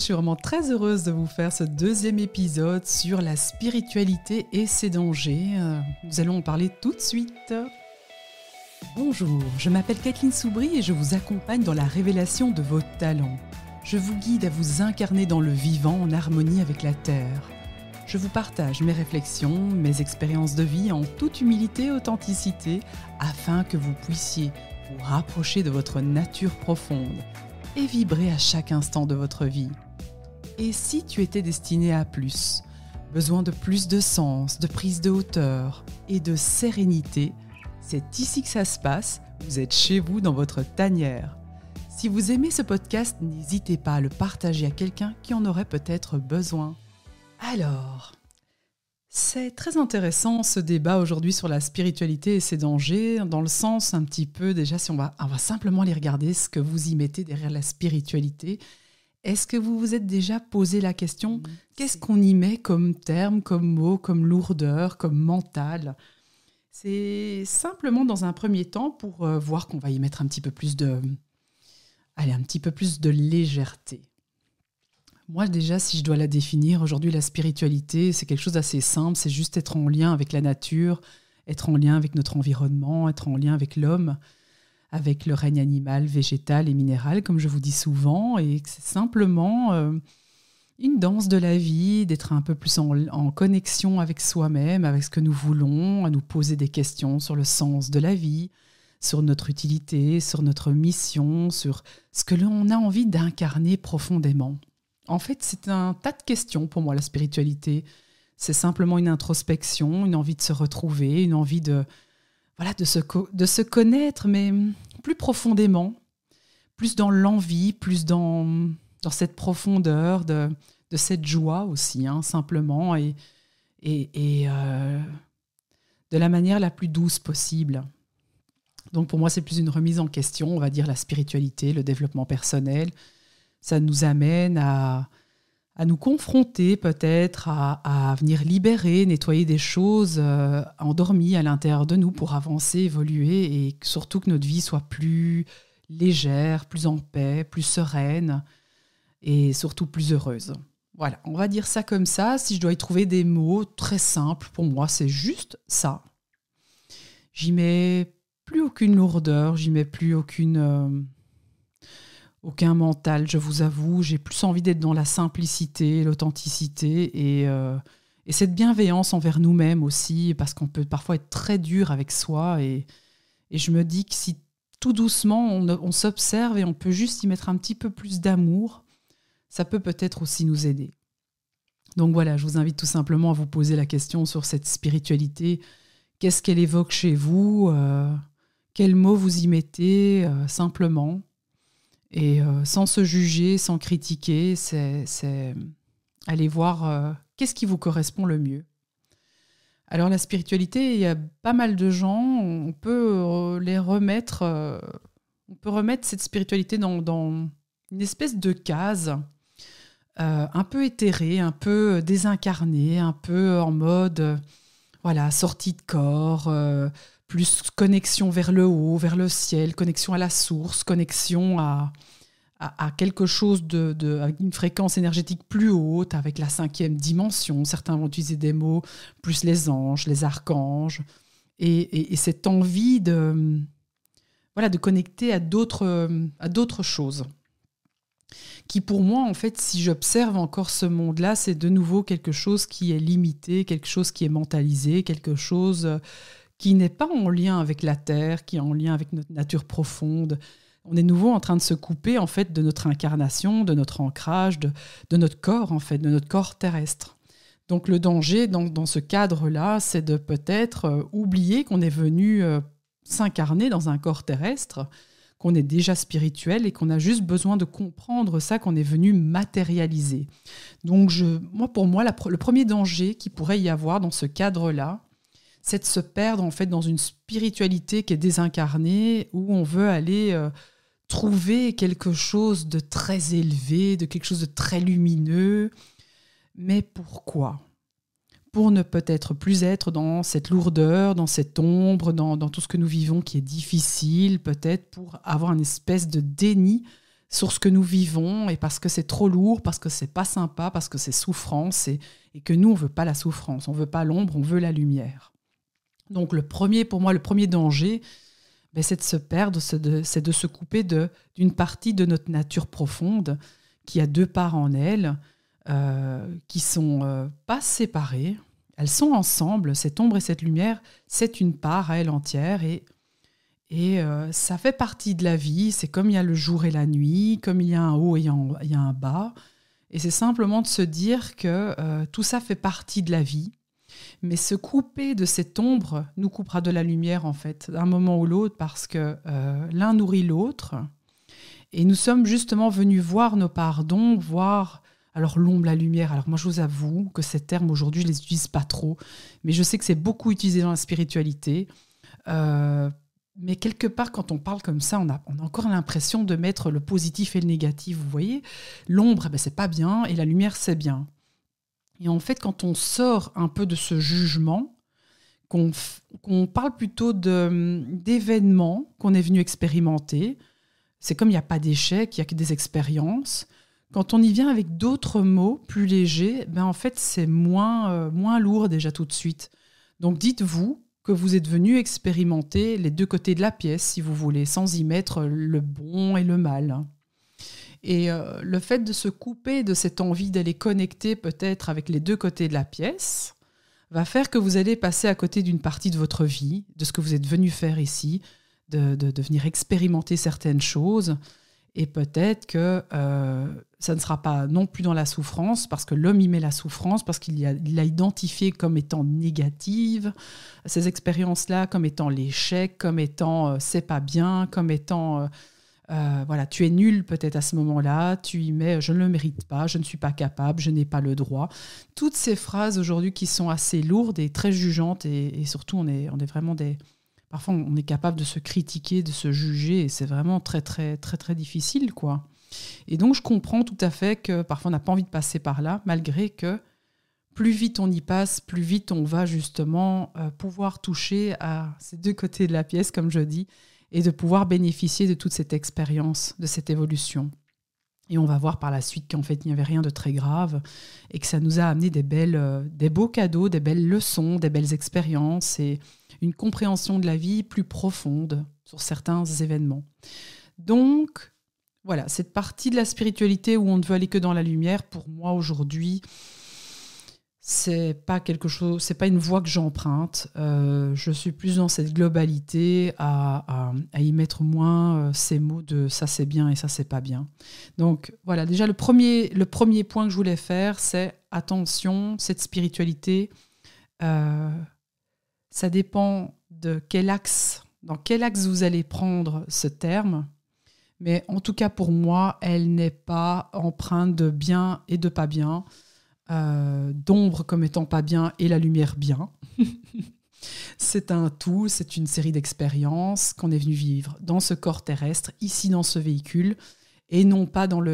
suis vraiment très heureuse de vous faire ce deuxième épisode sur la spiritualité et ses dangers. Nous allons en parler tout de suite. Bonjour, je m'appelle Kathleen Soubry et je vous accompagne dans la révélation de vos talents. Je vous guide à vous incarner dans le vivant en harmonie avec la Terre. Je vous partage mes réflexions, mes expériences de vie en toute humilité et authenticité afin que vous puissiez vous rapprocher de votre nature profonde et vibrer à chaque instant de votre vie. Et si tu étais destiné à plus, besoin de plus de sens, de prise de hauteur et de sérénité, c'est ici que ça se passe, vous êtes chez vous dans votre tanière. Si vous aimez ce podcast, n'hésitez pas à le partager à quelqu'un qui en aurait peut-être besoin. Alors, c'est très intéressant ce débat aujourd'hui sur la spiritualité et ses dangers, dans le sens un petit peu, déjà si on va simplement aller regarder ce que vous y mettez derrière la spiritualité. Est-ce que vous vous êtes déjà posé la question, qu'est-ce qu'on y met comme terme, comme mot, comme lourdeur, comme mental ? C'est simplement dans un premier temps pour voir qu'on va y mettre un petit peu plus de légèreté. Moi déjà, si je dois la définir, aujourd'hui la spiritualité, c'est quelque chose d'assez simple, c'est juste être en lien avec la nature, être en lien avec notre environnement, être en lien avec l'homme, avec le règne animal, végétal et minéral, comme je vous dis souvent, et c'est simplement une danse de la vie, d'être un peu plus en connexion avec soi-même, avec ce que nous voulons, à nous poser des questions sur le sens de la vie, sur notre utilité, sur notre mission, sur ce que l'on a envie d'incarner profondément. En fait, c'est un tas de questions pour moi, la spiritualité. C'est simplement une introspection, une envie de se retrouver, une envie de se connaître, mais plus profondément, plus dans l'envie, plus dans cette profondeur, de cette joie aussi, simplement, et de la manière la plus douce possible. Donc pour moi, c'est plus une remise en question, on va dire la spiritualité, le développement personnel. Ça nous amène à nous confronter peut-être, à venir libérer, nettoyer des choses endormies à l'intérieur de nous pour avancer, évoluer et surtout que notre vie soit plus légère, plus en paix, plus sereine et surtout plus heureuse. Voilà, on va dire ça comme ça. Si je dois y trouver des mots très simples, pour moi, c'est juste ça. J'y mets plus aucune lourdeur, j'y mets plus aucun mental, je vous avoue. J'ai plus envie d'être dans la simplicité, l'authenticité et cette bienveillance envers nous-mêmes aussi, parce qu'on peut parfois être très dur avec soi. Et je me dis que si tout doucement, on s'observe et on peut juste y mettre un petit peu plus d'amour, ça peut peut-être aussi nous aider. Donc voilà, je vous invite tout simplement à vous poser la question sur cette spiritualité. Qu'est-ce qu'elle évoque chez vous ? Quels mots vous y mettez simplement ? Et sans se juger, sans critiquer, c'est aller voir qu'est-ce qui vous correspond le mieux. Alors la spiritualité, il y a pas mal de gens, on peut remettre cette spiritualité dans une espèce de case un peu éthérée, un peu désincarnée, un peu en mode sortie de corps, plus connexion vers le haut, vers le ciel, connexion à la source, connexion à quelque chose avec une fréquence énergétique plus haute, avec la 5e dimension. Certains vont utiliser des mots plus les anges, les archanges, et cette envie de connecter à d'autres choses. Qui pour moi, en fait, si j'observe encore ce monde-là, c'est de nouveau quelque chose qui est limité, quelque chose qui est mentalisé, quelque chose qui n'est pas en lien avec la Terre, qui est en lien avec notre nature profonde. On est nouveau en train de se couper en fait de notre incarnation, de notre ancrage, de notre corps en fait, de notre corps terrestre. Donc le danger dans ce cadre-là, c'est de peut-être oublier qu'on est venu s'incarner dans un corps terrestre, qu'on est déjà spirituel et qu'on a juste besoin de comprendre ça, qu'on est venu matérialiser. Donc pour moi, le premier danger qu'il pourrait y avoir dans ce cadre-là, c'est de se perdre en fait dans une spiritualité qui est désincarnée, où on veut aller trouver quelque chose de très élevé, de quelque chose de très lumineux. Mais pourquoi ? Pour ne peut-être plus être dans cette lourdeur, dans cette ombre, dans tout ce que nous vivons qui est difficile, peut-être pour avoir une espèce de déni sur ce que nous vivons, et parce que c'est trop lourd, parce que c'est pas sympa, parce que c'est souffrance, et que nous, on veut pas la souffrance, on veut pas l'ombre, on veut la lumière. Donc pour moi, le premier danger, c'est de se perdre, c'est de se couper d'une partie de notre nature profonde, qui a 2 parts en elle, qui sont pas séparées. Elles sont ensemble, cette ombre et cette lumière, c'est une part à elle entière, et ça fait partie de la vie. C'est comme il y a le jour et la nuit, comme il y a un haut et il y a un bas. Et c'est simplement de se dire que tout ça fait partie de la vie. Mais se couper de cette ombre nous coupera de la lumière, en fait, d'un moment ou l'autre, parce que l'un nourrit l'autre. Et nous sommes justement venus voir nos parts d'ombre, voir alors l'ombre, la lumière. Alors moi, je vous avoue que ces termes, aujourd'hui, je ne les utilise pas trop. Mais je sais que c'est beaucoup utilisé dans la spiritualité. Mais quelque part, quand on parle comme ça, on a encore l'impression de mettre le positif et le négatif. Vous voyez, l'ombre, c'est pas bien, et la lumière, c'est bien. Et en fait, quand on sort un peu de ce jugement, qu'on parle plutôt d'événements qu'on est venu expérimenter, c'est comme il n'y a pas d'échec, il n'y a que des expériences. Quand on y vient avec d'autres mots plus légers, en fait, c'est moins lourd déjà tout de suite. Donc dites-vous que vous êtes venu expérimenter les 2 côtés de la pièce, si vous voulez, sans y mettre le bon et le mal. Et le fait de se couper de cette envie d'aller connecter peut-être avec les 2 côtés de la pièce va faire que vous allez passer à côté d'une partie de votre vie, de ce que vous êtes venu faire ici, de venir expérimenter certaines choses. Et peut-être que ça ne sera pas non plus dans la souffrance, parce que l'homme y met la souffrance, parce qu'il l'a identifié comme étant négative, ces expériences-là, comme étant l'échec, comme étant c'est pas bien, comme étant voilà, tu es nul peut-être à ce moment-là, tu y mets je ne le mérite pas, je ne suis pas capable, je n'ai pas le droit. Toutes ces phrases aujourd'hui qui sont assez lourdes et très jugeantes, et surtout on est vraiment des... Parfois, on est capable de se critiquer, de se juger, et c'est vraiment très, très, très, très difficile, quoi. Et donc, je comprends tout à fait que parfois, on n'a pas envie de passer par là, malgré que plus vite on y passe, plus vite on va justement pouvoir toucher à ces 2 côtés de la pièce, comme je dis, et de pouvoir bénéficier de toute cette expérience, de cette évolution. Et on va voir par la suite qu'en fait, il n'y avait rien de très grave, et que ça nous a amené des beaux cadeaux, des belles leçons, des belles expériences, et une compréhension de la vie plus profonde sur certains événements. Donc, voilà, cette partie de la spiritualité où on ne veut aller que dans la lumière, pour moi aujourd'hui, c'est pas une voie que j'emprunte. Je suis plus dans cette globalité à y mettre moins ces mots de ça c'est bien et ça c'est pas bien. Donc voilà, déjà le premier point que je voulais faire, c'est attention, cette spiritualité, ça dépend de dans quel axe vous allez prendre ce terme. Mais en tout cas pour moi, elle n'est pas empreinte de bien et de pas bien, d'ombre comme étant pas bien et la lumière bien. C'est un tout, c'est une série d'expériences qu'on est venu vivre dans ce corps terrestre, ici dans ce véhicule, et non pas dans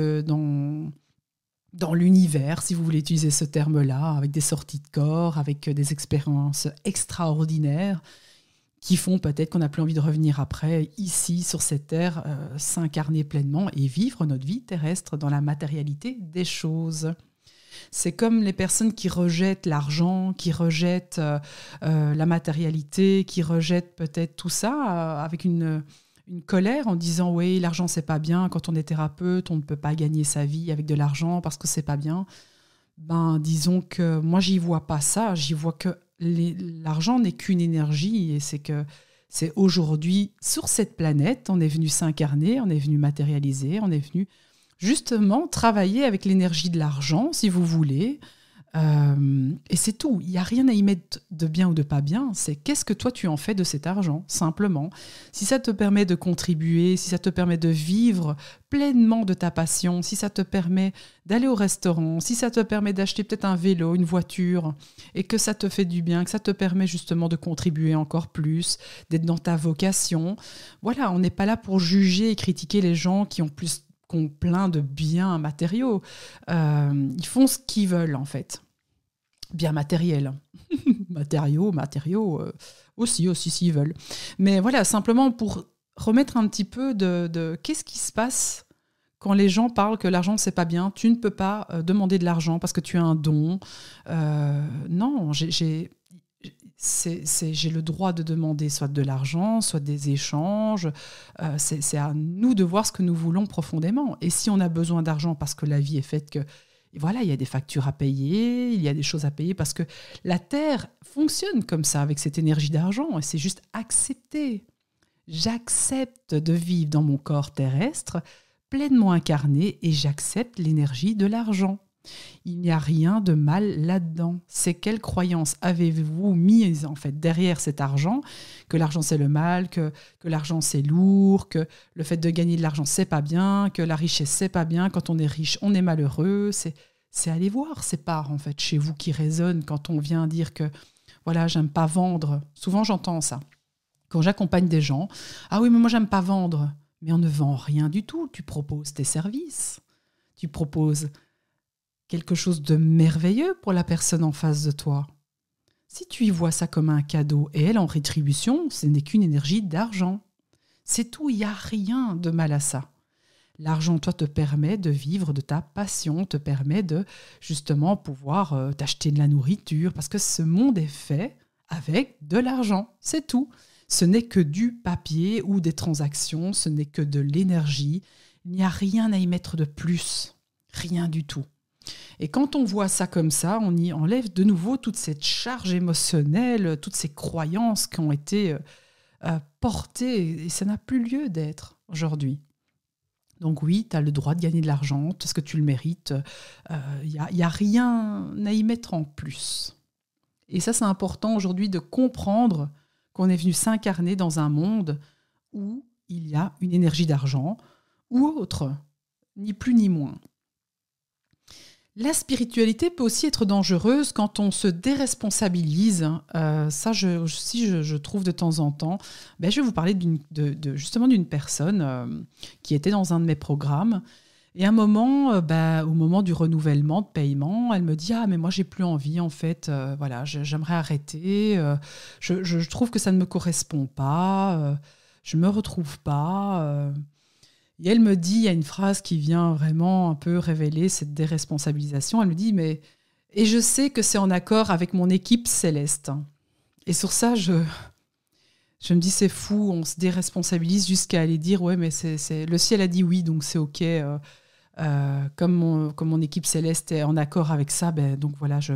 l'univers, si vous voulez utiliser ce terme-là, avec des sorties de corps, avec des expériences extraordinaires qui font peut-être qu'on n'a plus envie de revenir après, ici, sur cette terre, s'incarner pleinement et vivre notre vie terrestre dans la matérialité des choses. C'est comme les personnes qui rejettent l'argent, qui rejettent la matérialité, qui rejettent peut-être tout ça avec une colère en disant « oui, l'argent, c'est pas bien. Quand on est thérapeute, on ne peut pas gagner sa vie avec de l'argent parce que c'est pas bien. » Disons que moi, j'y vois pas ça. J'y vois que l'argent n'est qu'une énergie, et c'est aujourd'hui, sur cette planète, on est venu s'incarner, on est venu matérialiser, on est venu justement travailler avec l'énergie de l'argent, si vous voulez. Et c'est tout. Il n'y a rien à y mettre de bien ou de pas bien. C'est qu'est-ce que toi tu en fais de cet argent, simplement. Si ça te permet de contribuer, si ça te permet de vivre pleinement de ta passion, si ça te permet d'aller au restaurant, si ça te permet d'acheter peut-être un vélo, une voiture, et que ça te fait du bien, que ça te permet justement de contribuer encore plus, d'être dans ta vocation. Voilà, on n'est pas là pour juger et critiquer les gens qui ont plein de biens matériaux. Ils font ce qu'ils veulent, en fait. Bien matériels. matériaux, aussi, s'ils veulent. Mais voilà, simplement pour remettre un petit peu de qu'est-ce qui se passe Quand les gens parlent que l'argent, c'est pas bien, tu ne peux pas demander de l'argent parce que tu as un don. Non, j'ai le droit de demander soit de l'argent, soit des échanges. C'est à nous de voir ce que nous voulons profondément. Et si on a besoin d'argent parce que la vie est faite que, voilà, il y a des factures à payer, il y a des choses à payer parce que la Terre fonctionne comme ça, avec cette énergie d'argent. Et c'est juste accepter. J'accepte de vivre dans mon corps terrestre pleinement incarné et j'accepte l'énergie de l'argent. Il n'y a rien de mal là-dedans. C'est quelle croyance avez-vous mise en fait derrière cet argent? Que l'argent c'est le mal, que l'argent c'est lourd, que le fait de gagner de l'argent c'est pas bien, que la richesse c'est pas bien, quand on est riche on est malheureux. C'est aller voir ces parts en fait chez vous qui résonnent quand on vient dire que voilà, j'aime pas vendre. Souvent j'entends ça. Quand j'accompagne des gens, ah oui mais moi j'aime pas vendre. Mais on ne vend rien du tout. Tu proposes tes services. Tu proposes quelque chose de merveilleux pour la personne en face de toi. Si tu y vois ça comme un cadeau et elle en rétribution, ce n'est qu'une énergie d'argent. C'est tout, il n'y a rien de mal à ça. L'argent, toi, te permet de vivre de ta passion, te permet de justement pouvoir t'acheter de la nourriture parce que ce monde est fait avec de l'argent. C'est tout. Ce n'est que du papier ou des transactions, ce n'est que de l'énergie. Il n'y a rien à y mettre de plus, rien du tout. Et quand on voit ça comme ça, on y enlève de nouveau toute cette charge émotionnelle, toutes ces croyances qui ont été portées, et ça n'a plus lieu d'être aujourd'hui. Donc oui, tu as le droit de gagner de l'argent, parce que tu le mérites, y a rien à y mettre en plus. Et ça, c'est important aujourd'hui de comprendre qu'on est venu s'incarner dans un monde où il y a une énergie d'argent ou autre, ni plus ni moins. La spiritualité peut aussi être dangereuse quand on se déresponsabilise. Ça, je trouve de temps en temps. Je vais vous parler justement d'une personne qui était dans un de mes programmes. Et à un moment, au moment du renouvellement de paiement, elle me dit « Ah, mais moi, j'ai plus envie, en fait. Voilà, j'aimerais arrêter. Je trouve que ça ne me correspond pas. Je ne me retrouve pas. Et elle me dit, il y a une phrase qui vient vraiment un peu révéler cette déresponsabilisation. Elle me dit « Mais et je sais que c'est en accord avec mon équipe céleste. » Et sur ça, je me dis, c'est fou, on se déresponsabilise jusqu'à aller dire « Ouais, mais le ciel a dit oui, donc c'est OK. » Comme mon équipe céleste est en accord avec ça, donc voilà, je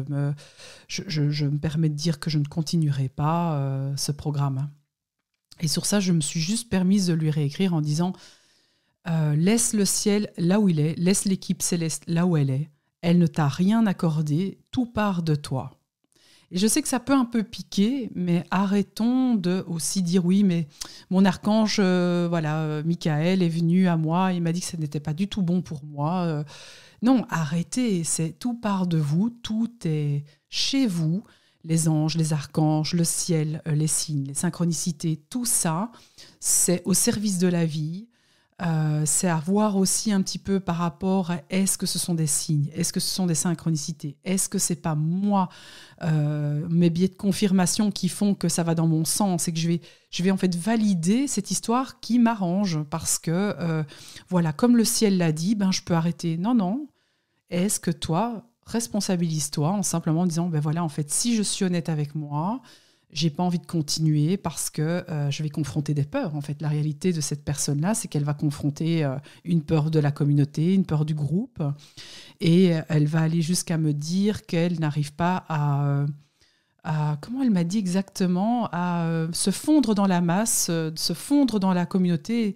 me permets de dire que je ne continuerai pas ce programme. Et sur ça, je me suis juste permise de lui réécrire en disant laisse le ciel là où il est, laisse l'équipe céleste là où elle est. Elle ne t'a rien accordé, tout part de toi. Et je sais que ça peut un peu piquer, mais arrêtons de aussi dire oui, mais mon archange, Michael est venu à moi, il m'a dit que ce n'était pas du tout bon pour moi. Non, arrêtez, tout part de vous, tout est chez vous, les anges, les archanges, le ciel, les signes, les synchronicités, tout ça, c'est au service de la vie. C'est à voir aussi un petit peu par rapport à est-ce que ce sont des signes, est-ce que ce sont des synchronicités, est-ce que c'est pas moi, mes biais de confirmation qui font que ça va dans mon sens et que je vais en fait valider cette histoire qui m'arrange parce que voilà, comme le ciel l'a dit, je peux arrêter. Non, est-ce que toi, responsabilise-toi en simplement disant voilà, en fait, si je suis honnête avec moi, j'ai pas envie de continuer parce que je vais confronter des peurs. En fait, la réalité de cette personne-là, c'est qu'elle va confronter une peur de la communauté, une peur du groupe, et elle va aller jusqu'à me dire qu'elle n'arrive pas à comment elle m'a dit exactement, à se fondre dans la masse, se fondre dans la communauté.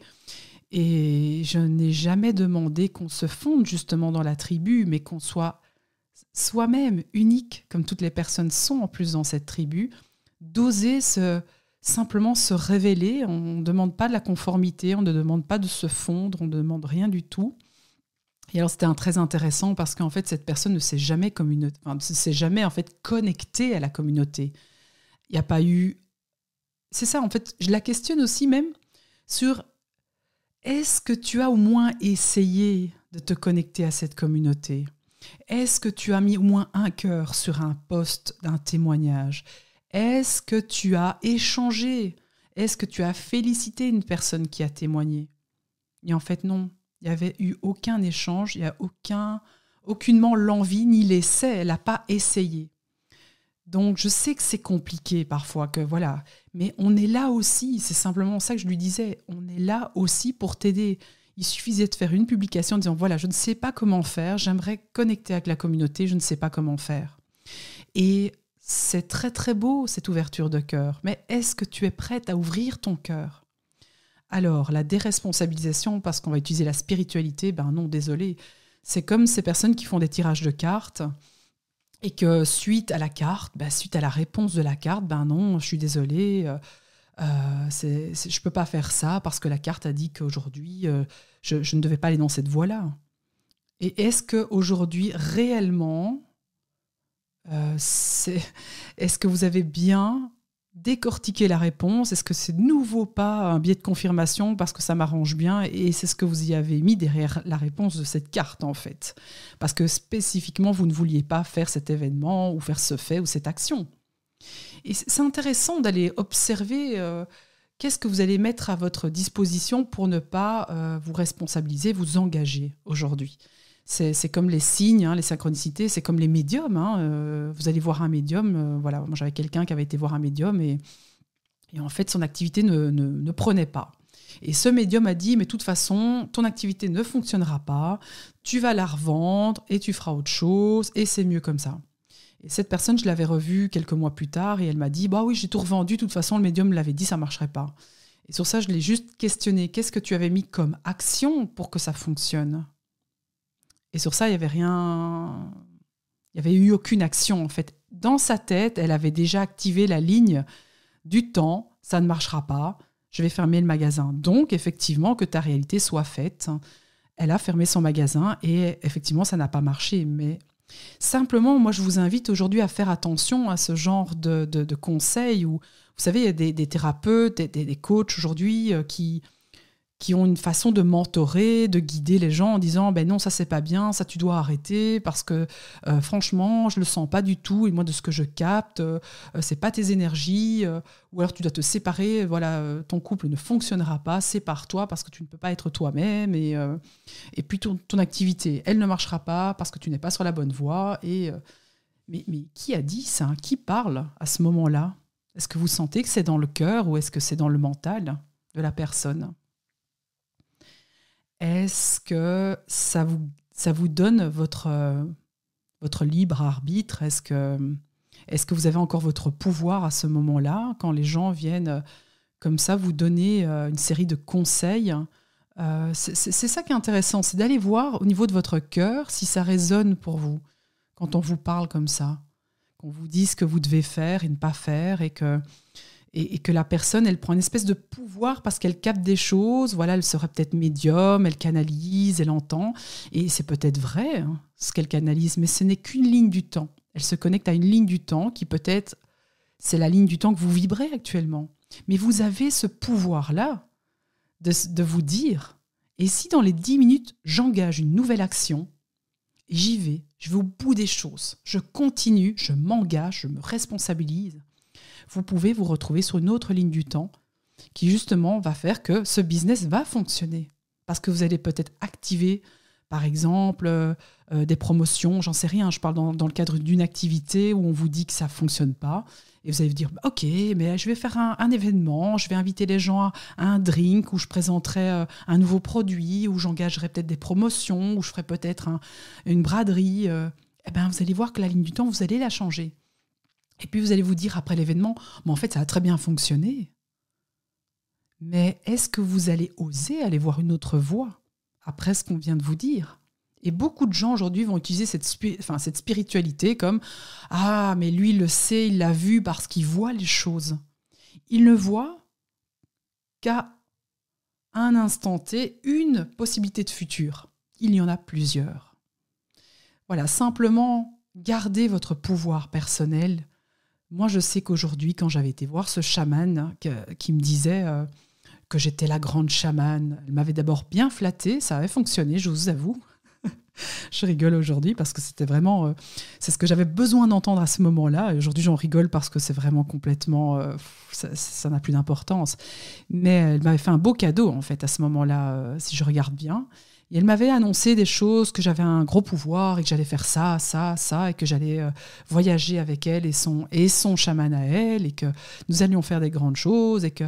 Et je n'ai jamais demandé qu'on se fonde justement dans la tribu, mais qu'on soit soi-même unique, comme toutes les personnes sont en plus dans cette tribu, d'oser simplement se révéler. On ne demande pas de la conformité, on ne demande pas de se fondre, on ne demande rien du tout. Et alors c'était très intéressant parce qu'en fait cette personne ne s'est jamais en fait connectée à la communauté. Il n'y a pas eu... C'est ça en fait, je la questionne aussi même sur est-ce que tu as au moins essayé de te connecter à cette communauté? Est-ce que tu as mis au moins un cœur sur un post d'un témoignage? Est-ce que tu as échangé? Est-ce que tu as félicité une personne qui a témoigné? Et en fait, non. Il n'y avait eu aucun échange, il n'y a aucunement l'envie ni l'essai, elle n'a pas essayé. Donc, je sais que c'est compliqué parfois, que voilà, mais on est là aussi, c'est simplement ça que je lui disais, on est là aussi pour t'aider. Il suffisait de faire une publication en disant, voilà, je ne sais pas comment faire, j'aimerais connecter avec la communauté, je ne sais pas comment faire. Et c'est très très beau, cette ouverture de cœur, mais est-ce que tu es prête à ouvrir ton cœur ? Alors, la déresponsabilisation, parce qu'on va utiliser la spiritualité, ben non, désolé, c'est comme ces personnes qui font des tirages de cartes, et que suite à la carte, suite à la réponse de la carte, ben non, je suis désolée, je ne peux pas faire ça parce que la carte a dit qu'aujourd'hui, je ne devais pas aller dans cette voie-là. Et est-ce qu'aujourd'hui, réellement, est-ce que vous avez bien décortiqué la réponse ? Est-ce que c'est de nouveau pas un biais de confirmation parce que ça m'arrange bien et c'est ce que vous y avez mis derrière la réponse de cette carte en fait ? Parce que spécifiquement, vous ne vouliez pas faire cet événement ou faire ce fait ou cette action. Et c'est intéressant d'aller observer qu'est-ce que vous allez mettre à votre disposition pour ne pas vous responsabiliser, vous engager aujourd'hui. C'est comme les signes, les synchronicités, c'est comme les médiums. Vous allez voir un médium. Voilà, moi j'avais quelqu'un qui avait été voir un médium et en fait son activité ne prenait pas. Et ce médium a dit, mais de toute façon, ton activité ne fonctionnera pas, tu vas la revendre et tu feras autre chose et c'est mieux comme ça. Et cette personne, je l'avais revue quelques mois plus tard et elle m'a dit, bah oui, j'ai tout revendu, de toute façon le médium l'avait dit, ça ne marcherait pas. Et sur ça, je l'ai juste questionné, qu'est-ce que tu avais mis comme action pour que ça fonctionne ? Et sur ça, il n'y avait rien... Il n'y avait eu aucune action, en fait. Dans sa tête, elle avait déjà activé la ligne du temps. Ça ne marchera pas. Je vais fermer le magasin. Donc, effectivement, que ta réalité soit faite. Elle a fermé son magasin et effectivement, ça n'a pas marché. Mais simplement, moi, je vous invite aujourd'hui à faire attention à ce genre de conseils où, vous savez, il y a des thérapeutes, des coachs aujourd'hui qui ont une façon de mentorer, de guider les gens en disant non, ça c'est pas bien, ça tu dois arrêter parce que franchement, je le sens pas du tout et moi de ce que je capte, c'est pas tes énergies ou alors tu dois te séparer, voilà, ton couple ne fonctionnera pas, sépare-toi parce que tu ne peux pas être toi-même et puis ton activité, elle ne marchera pas parce que tu n'es pas sur la bonne voie mais qui a dit ça ? Qui parle à ce moment-là ? Est-ce que vous sentez que c'est dans le cœur ou est-ce que c'est dans le mental de la personne ? Est-ce que ça vous donne votre libre arbitre ? Est-ce que vous avez encore votre pouvoir à ce moment-là, quand les gens viennent comme ça vous donner une série de conseils ? C'est ça qui est intéressant, c'est d'aller voir au niveau de votre cœur si ça résonne pour vous, quand on vous parle comme ça, qu'on vous dit ce que vous devez faire et ne pas faire, et que la personne, elle prend une espèce de pouvoir parce qu'elle capte des choses, voilà, elle serait peut-être médium, elle canalise, elle entend, et c'est peut-être vrai ce qu'elle canalise, mais ce n'est qu'une ligne du temps. Elle se connecte à une ligne du temps qui peut-être, c'est la ligne du temps que vous vibrez actuellement. Mais vous avez ce pouvoir-là de vous dire, et si dans les 10 minutes, j'engage une nouvelle action, j'y vais, je vais au bout des choses, je continue, je m'engage, je me responsabilise, vous pouvez vous retrouver sur une autre ligne du temps qui justement va faire que ce business va fonctionner. Parce que vous allez peut-être activer, par exemple, des promotions, j'en sais rien, je parle dans le cadre d'une activité où on vous dit que ça ne fonctionne pas. Et vous allez vous dire, ok, mais je vais faire un événement, je vais inviter les gens à un drink où je présenterai un nouveau produit, où j'engagerai peut-être des promotions, où je ferai peut-être une braderie. Vous allez voir que la ligne du temps, vous allez la changer. Et puis vous allez vous dire après l'événement, en fait ça a très bien fonctionné. Mais est-ce que vous allez oser aller voir une autre voie après ce qu'on vient de vous dire ? Et beaucoup de gens aujourd'hui vont utiliser cette spiritualité comme « Ah, mais lui il le sait, il l'a vu parce qu'il voit les choses. » Il ne voit qu'à un instant T une possibilité de futur. Il y en a plusieurs. Voilà, simplement gardez votre pouvoir personnel. Moi, je sais qu'aujourd'hui, quand j'avais été voir ce chaman qui me disait que j'étais la grande chamane, elle m'avait d'abord bien flattée, ça avait fonctionné, je vous avoue. Je rigole aujourd'hui parce que c'était vraiment... c'est ce que j'avais besoin d'entendre à ce moment-là. Et aujourd'hui, j'en rigole parce que c'est vraiment complètement... ça n'a plus d'importance. Mais elle m'avait fait un beau cadeau, en fait, à ce moment-là, si je regarde bien. Et elle m'avait annoncé des choses, que j'avais un gros pouvoir et que j'allais faire ça, ça, ça, et que j'allais voyager avec elle et son chaman à elle, et que nous allions faire des grandes choses, et que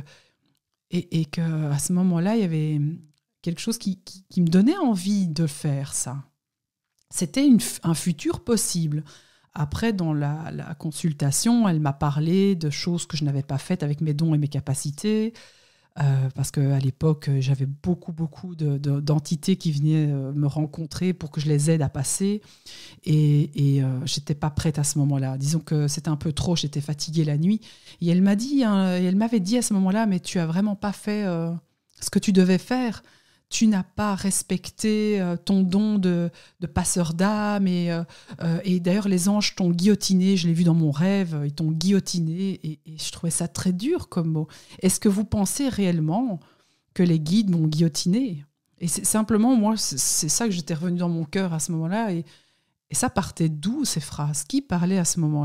à ce moment-là, il y avait quelque chose qui me donnait envie de faire ça. C'était un futur possible. Après, dans la consultation, elle m'a parlé de choses que je n'avais pas faites avec mes dons et mes capacités, parce qu'à l'époque, j'avais beaucoup d'entités qui venaient me rencontrer pour que je les aide à passer. Et je n'étais pas prête à ce moment-là. Disons que c'était un peu trop, j'étais fatiguée la nuit. Et elle m'avait dit à ce moment-là, mais tu n'as vraiment pas fait ce que tu devais faire. Tu n'as pas respecté ton don de passeur d'âme. Et d'ailleurs, les anges t'ont guillotiné. Je l'ai vu dans mon rêve. Ils t'ont guillotiné. Et je trouvais ça très dur comme mot. Est-ce que vous pensez réellement que les guides m'ont guillotiné ? Et c'est simplement, moi, c'est ça que j'étais revenue dans mon cœur à ce moment-là. Et ça partait d'où, ces phrases ? Qui parlait à ce moment-là ?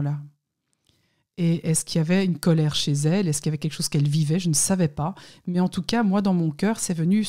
Et est-ce qu'il y avait une colère chez elle ? Est-ce qu'il y avait quelque chose qu'elle vivait ? Je ne savais pas. Mais en tout cas, moi, dans mon cœur, c'est venu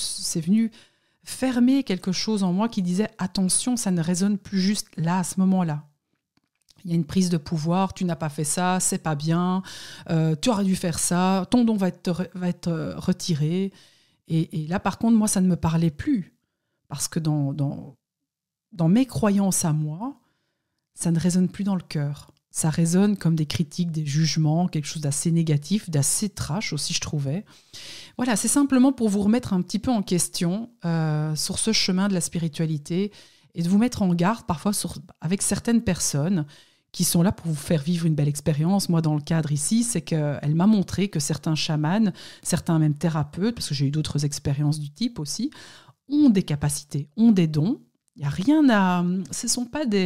fermer quelque chose en moi qui disait « Attention, ça ne résonne plus juste là, à ce moment-là. » Il y a une prise de pouvoir, tu n'as pas fait ça, c'est pas bien, tu aurais dû faire ça, ton don va être retiré. Et là, par contre, moi, ça ne me parlait plus. Parce que dans mes croyances à moi, ça ne résonne plus dans le cœur. Ça résonne comme des critiques, des jugements, quelque chose d'assez négatif, d'assez trash aussi, je trouvais. Voilà, c'est simplement pour vous remettre un petit peu en question sur ce chemin de la spiritualité et de vous mettre en garde parfois avec certaines personnes qui sont là pour vous faire vivre une belle expérience. Moi, dans le cadre ici, c'est qu'elle m'a montré que certains chamans, certains même thérapeutes, parce que j'ai eu d'autres expériences du type aussi, ont des capacités, ont des dons. Il n'y a rien à... Ce ne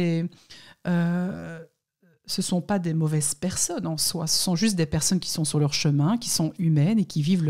sont pas des mauvaises personnes en soi. Ce sont juste des personnes qui sont sur leur chemin, qui sont humaines et qui vivent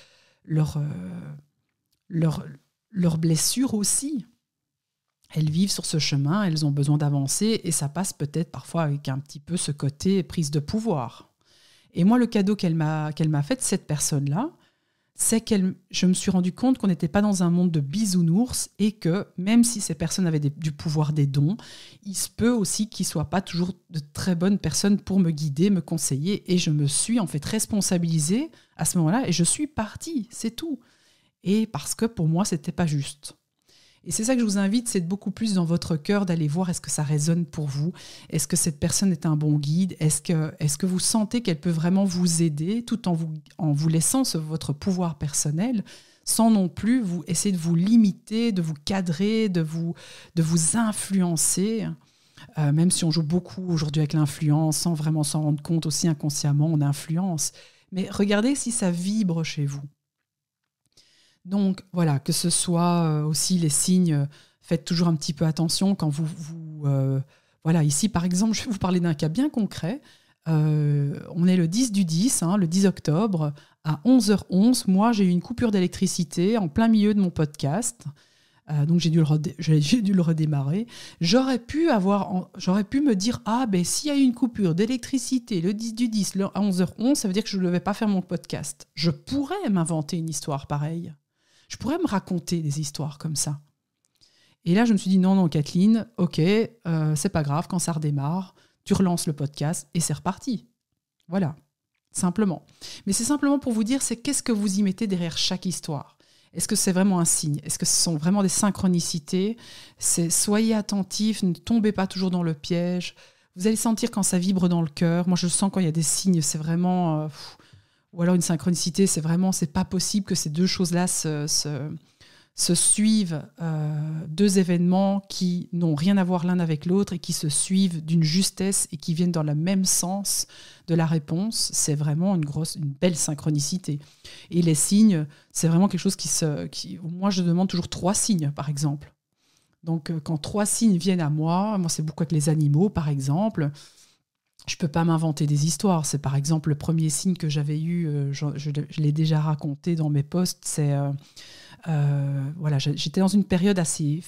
leurs blessures aussi. Elles vivent sur ce chemin, elles ont besoin d'avancer et ça passe peut-être parfois avec un petit peu ce côté prise de pouvoir. Et moi, le cadeau qu'elle m'a fait, cette personne-là, c'est que je me suis rendu compte qu'on n'était pas dans un monde de bisounours et que même si ces personnes avaient du pouvoir, des dons, il se peut aussi qu'ils ne soient pas toujours de très bonnes personnes pour me guider, me conseiller. Et je me suis en fait responsabilisée à ce moment-là et je suis partie, c'est tout. Et parce que pour moi, ce n'était pas juste. Et c'est ça que je vous invite, c'est de beaucoup plus dans votre cœur d'aller voir est-ce que ça résonne pour vous. Est-ce que cette personne est un bon guide ? Est-ce que vous sentez qu'elle peut vraiment vous aider tout en vous laissant votre pouvoir personnel sans non plus essayer de vous limiter, de vous cadrer, de vous influencer. Même si on joue beaucoup aujourd'hui avec l'influence, sans vraiment s'en rendre compte aussi inconsciemment, on influence. Mais regardez si ça vibre chez vous. Donc voilà, que ce soit aussi les signes, faites toujours un petit peu attention quand voilà, ici par exemple, je vais vous parler d'un cas bien concret. On est le 10 du 10, le 10 octobre, à 11h11. Moi, j'ai eu une coupure d'électricité en plein milieu de mon podcast. Donc j'ai dû le redémarrer. J'aurais pu me dire, s'il y a eu une coupure d'électricité le 10 du 10 à 11h11, ça veut dire que je ne devais pas faire mon podcast. Je pourrais m'inventer une histoire pareille. Je pourrais me raconter des histoires comme ça. Et là, je me suis dit, non, Kathleen, ok, c'est pas grave, quand ça redémarre, tu relances le podcast et c'est reparti. Voilà, simplement. Mais c'est simplement pour vous dire, c'est qu'est-ce que vous y mettez derrière chaque histoire ? Est-ce que c'est vraiment un signe ? Est-ce que ce sont vraiment des synchronicités ? Soyez attentifs, ne tombez pas toujours dans le piège. Vous allez sentir quand ça vibre dans le cœur. Moi, je le sens quand il y a des signes, c'est vraiment... ou alors une synchronicité, c'est pas possible que ces deux choses-là se suivent, deux événements qui n'ont rien à voir l'un avec l'autre et qui se suivent d'une justesse et qui viennent dans le même sens de la réponse. C'est vraiment une belle synchronicité. Et les signes, c'est vraiment quelque chose moi, je demande toujours 3 signes, par exemple. Donc, quand 3 signes viennent à moi c'est beaucoup avec les animaux, par exemple. Je ne peux pas m'inventer des histoires. C'est par exemple le premier signe que j'avais eu, je l'ai déjà raconté dans mes posts, c'est... voilà, j'étais dans une période assez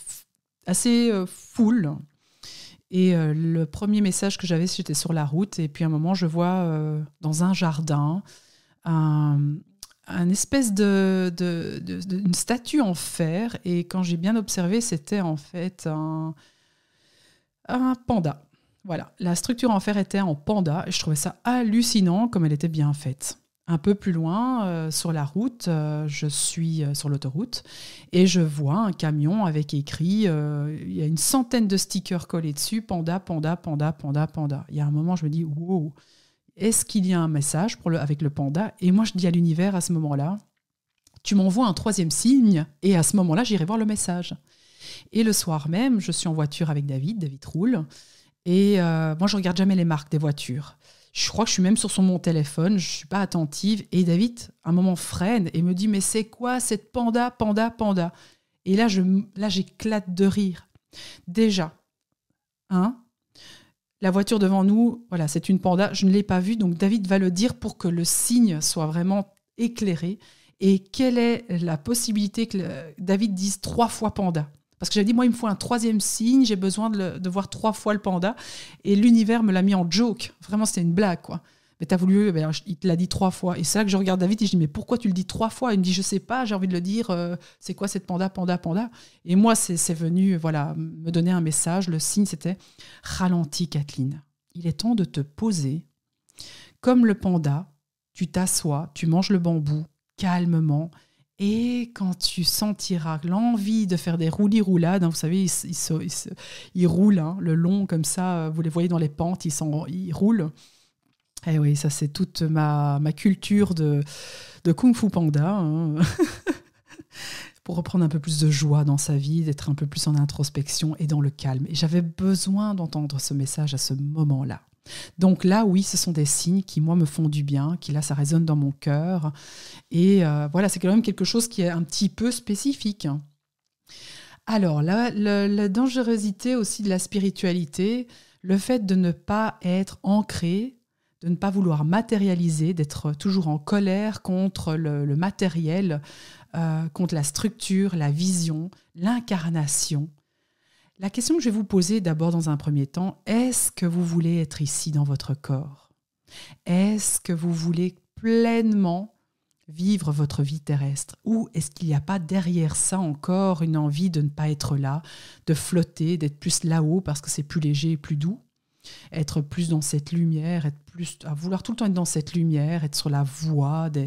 full. Et le premier message que j'avais, j'étais sur la route. Et puis à un moment, je vois dans un jardin un un espèce une statue en fer. Et quand j'ai bien observé, c'était en fait un panda. Voilà, la structure en fer était en panda et je trouvais ça hallucinant comme elle était bien faite. Un peu plus loin, sur la route, je suis sur l'autoroute et je vois un camion avec écrit, il y a une centaine de stickers collés dessus, panda, panda, panda, panda, panda. Il y a un moment, je me dis, wow, est-ce qu'il y a un message avec le panda ? Et moi, je dis à l'univers à ce moment-là, tu m'envoies un 3e signe et à ce moment-là, j'irai voir le message. Et le soir même, je suis en voiture avec David roule. Et moi, je ne regarde jamais les marques des voitures. Je crois que je suis même sur mon téléphone, je ne suis pas attentive. Et David, à un moment, freine et me dit « Mais c'est quoi cette panda, panda, panda ?» Et là, j'éclate de rire. Déjà, la voiture devant nous, voilà, c'est une panda. Je ne l'ai pas vue, donc David va le dire pour que le signe soit vraiment éclairé. Et quelle est la possibilité que David dise 3 fois panda ? Parce que j'avais dit, moi, il me faut un 3e signe, j'ai besoin de voir 3 fois le panda. Et l'univers me l'a mis en joke. Vraiment, c'était une blague, quoi. Mais t'as voulu, il te l'a dit 3 fois. Et c'est là que je regarde David et je dis, mais pourquoi tu le dis 3 fois ? Il me dit, je sais pas, j'ai envie de le dire, c'est quoi cette panda, panda, panda ? Et moi, c'est venu me donner un message. Le signe, c'était, ralentis, Kathleen. Il est temps de te poser. Comme le panda, tu t'assois, tu manges le bambou calmement. Et quand tu sentiras l'envie de faire des roulis-roulades, vous savez, ils roulent le long comme ça, vous les voyez dans les pentes, ils roulent. Et oui, ça c'est toute ma culture de Kung Fu Panda. Pour reprendre un peu plus de joie dans sa vie, d'être un peu plus en introspection et dans le calme. Et j'avais besoin d'entendre ce message à ce moment-là. Donc là, oui, ce sont des signes qui, moi, me font du bien, qui, là, ça résonne dans mon cœur. Et voilà, c'est quand même quelque chose qui est un petit peu spécifique. Alors, la dangerosité aussi de la spiritualité, le fait de ne pas être ancré, de ne pas vouloir matérialiser, d'être toujours en colère contre le matériel, contre la structure, la vision, l'incarnation. La question que je vais vous poser d'abord dans un premier temps, est-ce que vous voulez être ici dans votre corps ? Est-ce que vous voulez pleinement vivre votre vie terrestre ? Ou est-ce qu'il n'y a pas derrière ça encore une envie de ne pas être là, de flotter, d'être plus là-haut parce que c'est plus léger et plus doux ? Être plus dans cette lumière, à vouloir tout le temps être dans cette lumière, être sur la voie de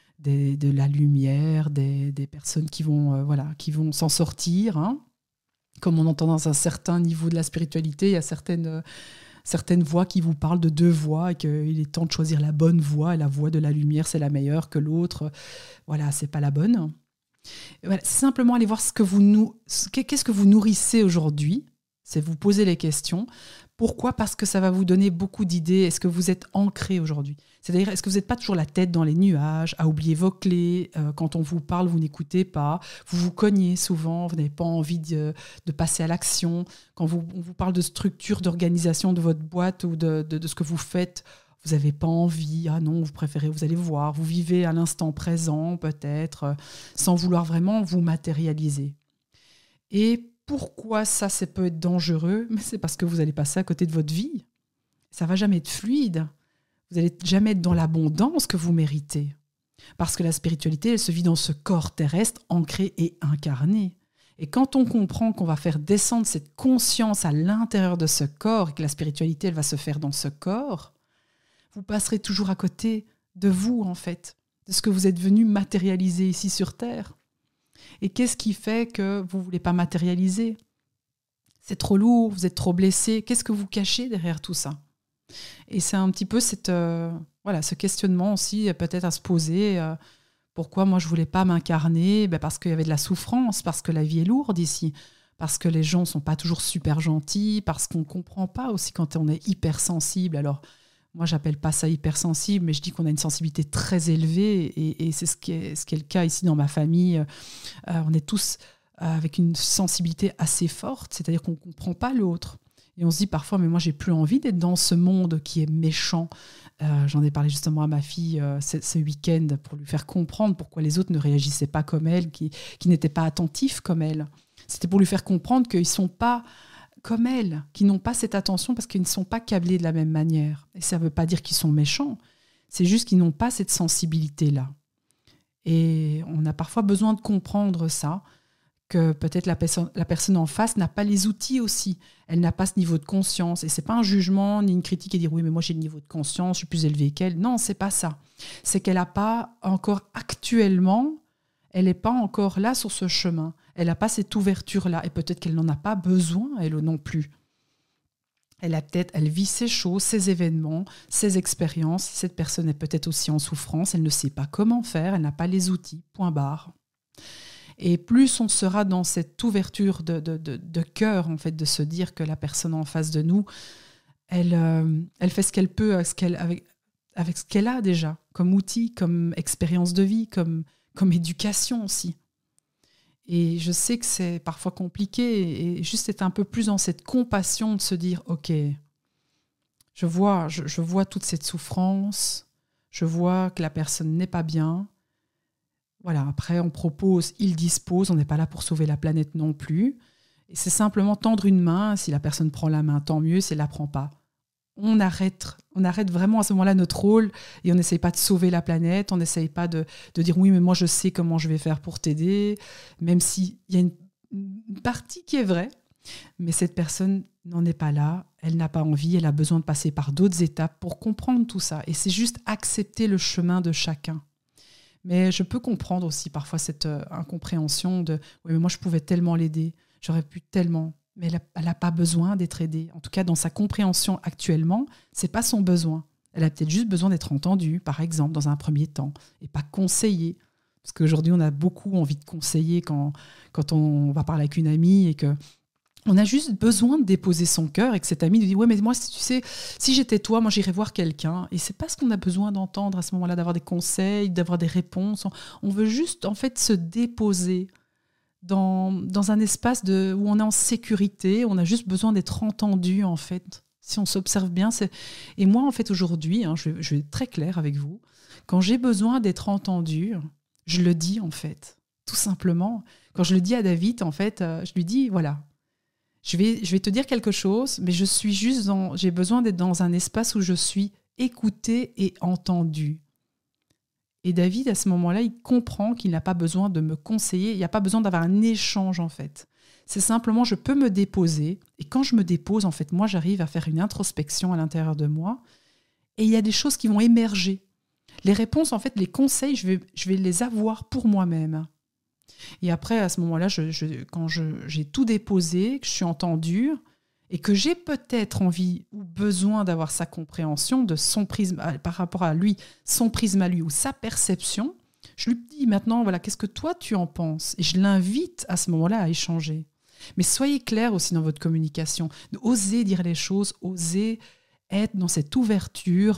la lumière, des personnes qui vont s'en sortir, Comme on entend dans un certain niveau de la spiritualité, il y a certaines voix qui vous parlent de 2 voies et qu'il est temps de choisir la bonne voie. Et la voie de la lumière, c'est la meilleure que l'autre. Voilà, c'est pas la bonne. Voilà, c'est simplement aller voir qu'est-ce que vous nourrissez aujourd'hui. C'est vous poser les questions. Pourquoi ? Parce que ça va vous donner beaucoup d'idées. Est-ce que vous êtes ancré aujourd'hui ? C'est-à-dire, est-ce que vous n'êtes pas toujours la tête dans les nuages, à oublier vos clés ? Quand on vous parle, vous n'écoutez pas. Vous vous cognez souvent, vous n'avez pas envie de passer à l'action. Quand on vous parle de structure, d'organisation de votre boîte ou de ce que vous faites, vous n'avez pas envie. Ah non, vous préférez, vous allez voir. Vous vivez à l'instant présent, peut-être, sans vouloir vraiment vous matérialiser. Et pourquoi ça peut être dangereux ? Mais c'est parce que vous allez passer à côté de votre vie. Ça ne va jamais être fluide. Vous n'allez jamais être dans l'abondance que vous méritez. Parce que la spiritualité, elle se vit dans ce corps terrestre ancré et incarné. Et quand on comprend qu'on va faire descendre cette conscience à l'intérieur de ce corps et que la spiritualité, elle va se faire dans ce corps, vous passerez toujours à côté de vous, en fait, de ce que vous êtes venu matérialiser ici sur Terre. Et qu'est-ce qui fait que vous ne voulez pas matérialiser ? C'est trop lourd, vous êtes trop blessé. Qu'est-ce que vous cachez derrière tout ça ? Et c'est un petit peu ce questionnement aussi, peut-être à se poser. Pourquoi moi je ne voulais pas m'incarner ? Parce qu'il y avait de la souffrance, parce que la vie est lourde ici, parce que les gens ne sont pas toujours super gentils, parce qu'on ne comprend pas aussi quand on est hypersensible. Alors, moi, je n'appelle pas ça hypersensible, mais je dis qu'on a une sensibilité très élevée et c'est ce qui est le cas ici dans ma famille. On est tous avec une sensibilité assez forte, c'est-à-dire qu'on ne comprend pas l'autre. Et on se dit parfois, mais moi, j'ai plus envie d'être dans ce monde qui est méchant. J'en ai parlé justement à ma fille ce week-end pour lui faire comprendre pourquoi les autres ne réagissaient pas comme elle, qui n'étaient pas attentifs comme elle. C'était pour lui faire comprendre qu'ils ne sont pas comme elle, qui n'ont pas cette attention parce qu'ils ne sont pas câblés de la même manière. Et ça ne veut pas dire qu'ils sont méchants, c'est juste qu'ils n'ont pas cette sensibilité-là. Et on a parfois besoin de comprendre ça, que peut-être la personne en face n'a pas les outils aussi. Elle n'a pas ce niveau de conscience. Et ce n'est pas un jugement ni une critique et dire « oui, mais moi j'ai le niveau de conscience, je suis plus élevé qu'elle ». Non, ce n'est pas ça. C'est qu'elle n'a pas encore actuellement, elle n'est pas encore là sur ce chemin. Elle n'a pas cette ouverture-là. Et peut-être qu'elle n'en a pas besoin, elle non plus. Elle vit ses choses, ses événements, ses expériences. Cette personne est peut-être aussi en souffrance. Elle ne sait pas comment faire. Elle n'a pas les outils. Point barre. Et plus on sera dans cette ouverture de cœur, en fait, de se dire que la personne en face de nous, elle fait ce qu'elle peut avec ce qu'elle a déjà, comme outil, comme expérience de vie, comme éducation aussi. Et je sais que c'est parfois compliqué, et juste être un peu plus dans cette compassion de se dire « Ok, je vois toute cette souffrance, je vois que la personne n'est pas bien. » Voilà, après on propose, il dispose, on n'est pas là pour sauver la planète non plus. Et c'est simplement tendre une main, si la personne prend la main, tant mieux, si elle ne la prend pas. On arrête vraiment à ce moment-là notre rôle et on n'essaye pas de sauver la planète, on n'essaye pas de dire oui mais moi je sais comment je vais faire pour t'aider, même s'il y a une partie qui est vraie, mais cette personne n'en est pas là, elle n'a pas envie, elle a besoin de passer par d'autres étapes pour comprendre tout ça. Et c'est juste accepter le chemin de chacun. Mais je peux comprendre aussi parfois cette incompréhension de oui mais moi je pouvais tellement l'aider, j'aurais pu tellement... Mais elle n'a pas besoin d'être aidée. En tout cas, dans sa compréhension actuellement, ce n'est pas son besoin. Elle a peut-être juste besoin d'être entendue, par exemple, dans un premier temps, et pas conseillée. Parce qu'aujourd'hui, on a beaucoup envie de conseiller quand on va parler avec une amie et qu'on a juste besoin de déposer son cœur et que cette amie nous dit « Ouais, mais moi, tu sais, si j'étais toi, moi, j'irais voir quelqu'un. » Et ce n'est pas ce qu'on a besoin d'entendre à ce moment-là, d'avoir des conseils, d'avoir des réponses. On veut juste, en fait, se déposer dans un espace où on est en sécurité, on a juste besoin d'être entendu, en fait. Si on s'observe bien, Et moi, en fait, aujourd'hui, je vais être très claire avec vous, quand j'ai besoin d'être entendue, je le dis, en fait, tout simplement. Quand je le dis à David, en fait, je lui dis, voilà, je vais te dire quelque chose, mais j'ai besoin d'être dans un espace où je suis écoutée et entendue. Et David, à ce moment-là, il comprend qu'il n'a pas besoin de me conseiller, il n'y a pas besoin d'avoir un échange, en fait. C'est simplement, je peux me déposer, et quand je me dépose, en fait, moi, j'arrive à faire une introspection à l'intérieur de moi, et il y a des choses qui vont émerger. Les réponses, en fait, les conseils, je vais les avoir pour moi-même. Et après, à ce moment-là, quand j'ai tout déposé, que je suis entendue, et que j'ai peut-être envie ou besoin d'avoir sa compréhension de son prisme par rapport à lui, son prisme à lui ou sa perception, je lui dis maintenant, voilà, qu'est-ce que toi tu en penses ? Et je l'invite à ce moment-là à échanger. Mais soyez clair aussi dans votre communication, osez dire les choses, osez être dans cette ouverture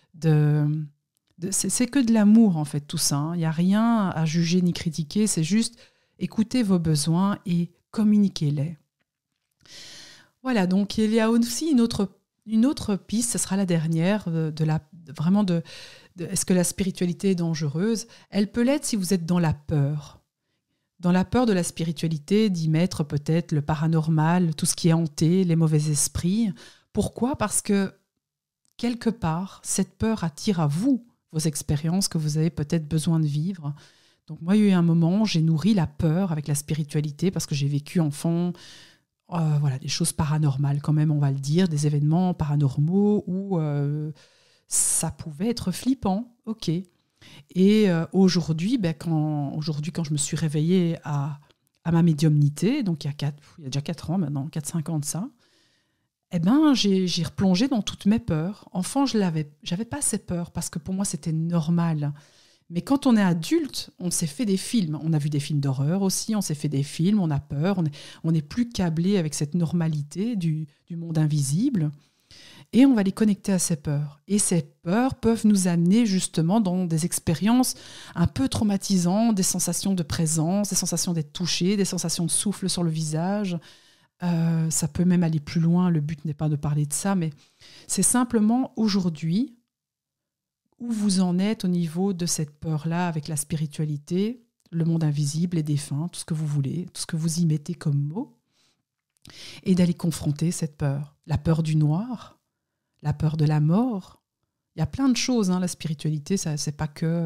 c'est que de l'amour en fait tout ça. Hein. Il n'y a rien à juger ni critiquer, c'est juste écoutez vos besoins et communiquez-les. Voilà, donc il y a aussi une autre piste, ce sera la dernière, est-ce que la spiritualité est dangereuse ? Elle peut l'être si vous êtes dans la peur. Dans la peur de la spiritualité, d'y mettre peut-être le paranormal, tout ce qui est hanté, les mauvais esprits. Pourquoi ? Parce que quelque part, cette peur attire à vous vos expériences que vous avez peut-être besoin de vivre. Donc moi, il y a eu un moment, j'ai nourri la peur avec la spiritualité parce que j'ai vécu enfant... des choses paranormales quand même, on va le dire, des événements paranormaux où ça pouvait être flippant, ok. Et aujourd'hui, quand je me suis réveillée à ma médiumnité, donc il y a déjà 4 ans maintenant, 4-5 ans de ça, j'ai replongé dans toutes mes peurs. Enfant, j'avais pas ces peurs parce que pour moi, c'était normal. Mais quand on est adulte, on s'est fait des films. On a vu des films d'horreur aussi, on s'est fait des films, on a peur, on n'est plus câblé avec cette normalité du monde invisible. Et on va les connecter à ces peurs. Et ces peurs peuvent nous amener justement dans des expériences un peu traumatisantes, des sensations de présence, des sensations d'être touché, des sensations de souffle sur le visage. Ça peut même aller plus loin, le but n'est pas de parler de ça, mais c'est simplement aujourd'hui où vous en êtes au niveau de cette peur-là avec la spiritualité, le monde invisible, les défunts, tout ce que vous voulez, tout ce que vous y mettez comme mot, et d'aller confronter cette peur. La peur du noir, la peur de la mort. Il y a plein de choses, hein, la spiritualité, ça, c'est pas que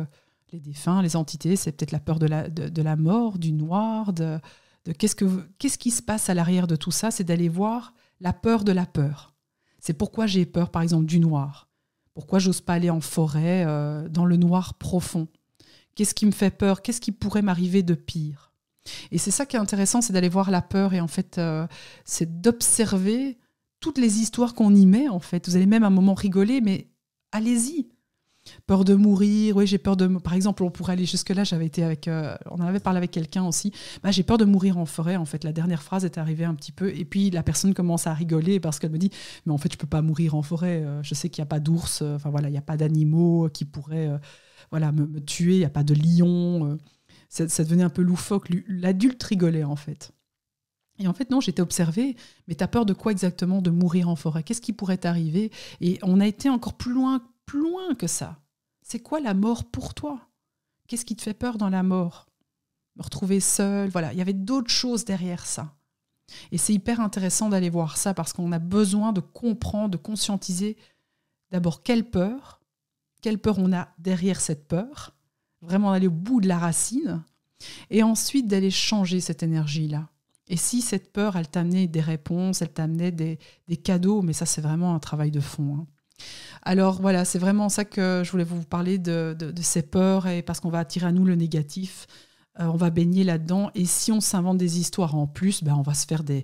les défunts, les entités, c'est peut-être la peur de la mort, du noir, de qu'est-ce qui se passe à l'arrière de tout ça, c'est d'aller voir la peur de la peur. C'est pourquoi j'ai peur, par exemple, du noir. Pourquoi j'ose pas aller en forêt, dans le noir profond. Qu'est-ce qui me fait peur? Qu'est-ce qui pourrait m'arriver de pire? Et c'est ça qui est intéressant, c'est d'aller voir la peur et en fait, c'est d'observer toutes les histoires qu'on y met, en fait. Vous allez même à un moment rigoler, mais allez-y. Peur de mourir, oui, j'ai peur de... Par exemple, on pourrait aller jusque-là, j'avais été avec... on en avait parlé avec quelqu'un aussi. J'ai peur de mourir en forêt, en fait. La dernière phrase est arrivée un petit peu, et puis la personne commence à rigoler parce qu'elle me dit « Mais en fait, je peux pas mourir en forêt. Je sais qu'il n'y a pas d'ours, enfin voilà, il n'y a pas d'animaux qui pourraient me tuer, il n'y a pas de lion. Ça devenait un peu loufoque. L'adulte rigolait, en fait. Et en fait, non, j'étais observée, mais t'as peur de quoi exactement? De mourir en forêt? Qu'est-ce qui pourrait t'arriver? Et on a été encore plus loin que ça. C'est quoi la mort pour toi? Qu'est-ce qui te fait peur dans la mort? Me retrouver seule, voilà. Il y avait d'autres choses derrière ça. Et c'est hyper intéressant d'aller voir ça parce qu'on a besoin de comprendre, de conscientiser d'abord quelle peur on a derrière cette peur, vraiment aller au bout de la racine, et ensuite d'aller changer cette énergie-là. Et si cette peur, elle t'amenait des réponses, elle t'amenait des cadeaux, mais ça, c'est vraiment un travail de fond, hein. Alors voilà, c'est vraiment ça que je voulais vous parler de ces peurs, et parce qu'on va attirer à nous le négatif, on va baigner là-dedans, et si on s'invente des histoires en plus, on va se faire des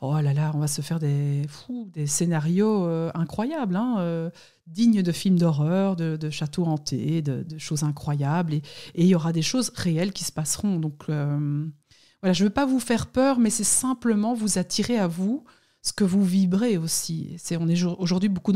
scénarios incroyables, hein, dignes de films d'horreur, de châteaux hantés, de choses incroyables, et il y aura des choses réelles qui se passeront. Donc voilà, je ne veux pas vous faire peur, mais c'est simplement vous attirer à vous ce que vous vibrez aussi. On est aujourd'hui beaucoup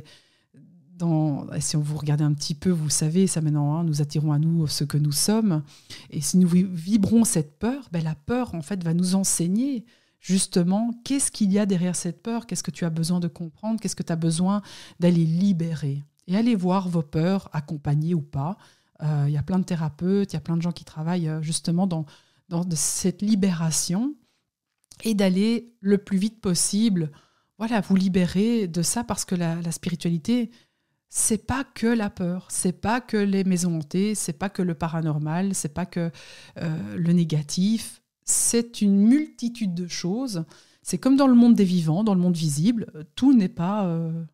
si vous regardez un petit peu, vous savez ça maintenant, hein, nous attirons à nous ce que nous sommes. Et si nous vibrons cette peur, la peur en fait va nous enseigner justement qu'est-ce qu'il y a derrière cette peur, qu'est-ce que tu as besoin de comprendre, qu'est-ce que tu as besoin d'aller libérer. Et allez voir vos peurs, accompagnées ou pas. Il y a plein de thérapeutes, il y a plein de gens qui travaillent justement dans cette libération, et d'aller le plus vite possible, voilà, vous libérer de ça, parce que la spiritualité, c'est pas que la peur, c'est pas que les maisons hantées, c'est pas que le paranormal, c'est pas que le négatif, c'est une multitude de choses. C'est comme dans le monde des vivants, dans le monde visible, tout n'est pas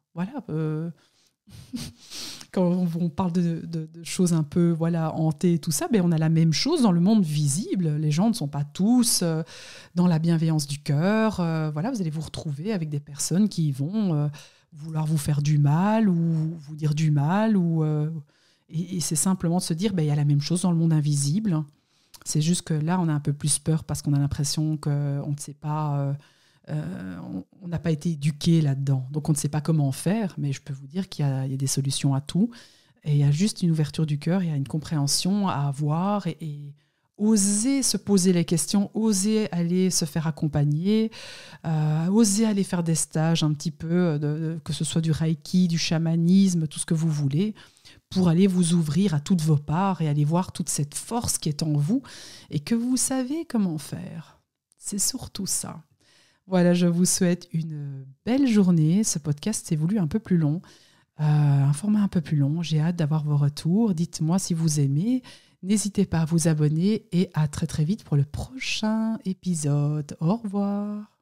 quand on parle de choses un peu hantées et tout ça, on a la même chose dans le monde visible. Les gens ne sont pas tous dans la bienveillance du cœur. Vous allez vous retrouver avec des personnes qui vont vouloir vous faire du mal ou vous dire du mal. Et c'est simplement de se dire, il y a la même chose dans le monde invisible. C'est juste que là, on a un peu plus peur parce qu'on a l'impression qu'on ne sait pas... on n'a pas été éduqué là-dedans, donc on ne sait pas comment faire, mais je peux vous dire qu'il y a des solutions à tout, et il y a juste une ouverture du cœur, il y a une compréhension à avoir, et oser se poser les questions, oser aller se faire accompagner, oser aller faire des stages un petit peu, que ce soit du reiki, du chamanisme, tout ce que vous voulez, pour aller vous ouvrir à toutes vos parts et aller voir toute cette force qui est en vous et que vous savez comment faire. C'est surtout ça. Voilà, je vous souhaite une belle journée. Ce podcast s'est voulu un peu plus long, un format un peu plus long. J'ai hâte d'avoir vos retours. Dites-moi si vous aimez. N'hésitez pas à vous abonner et à très très vite pour le prochain épisode. Au revoir.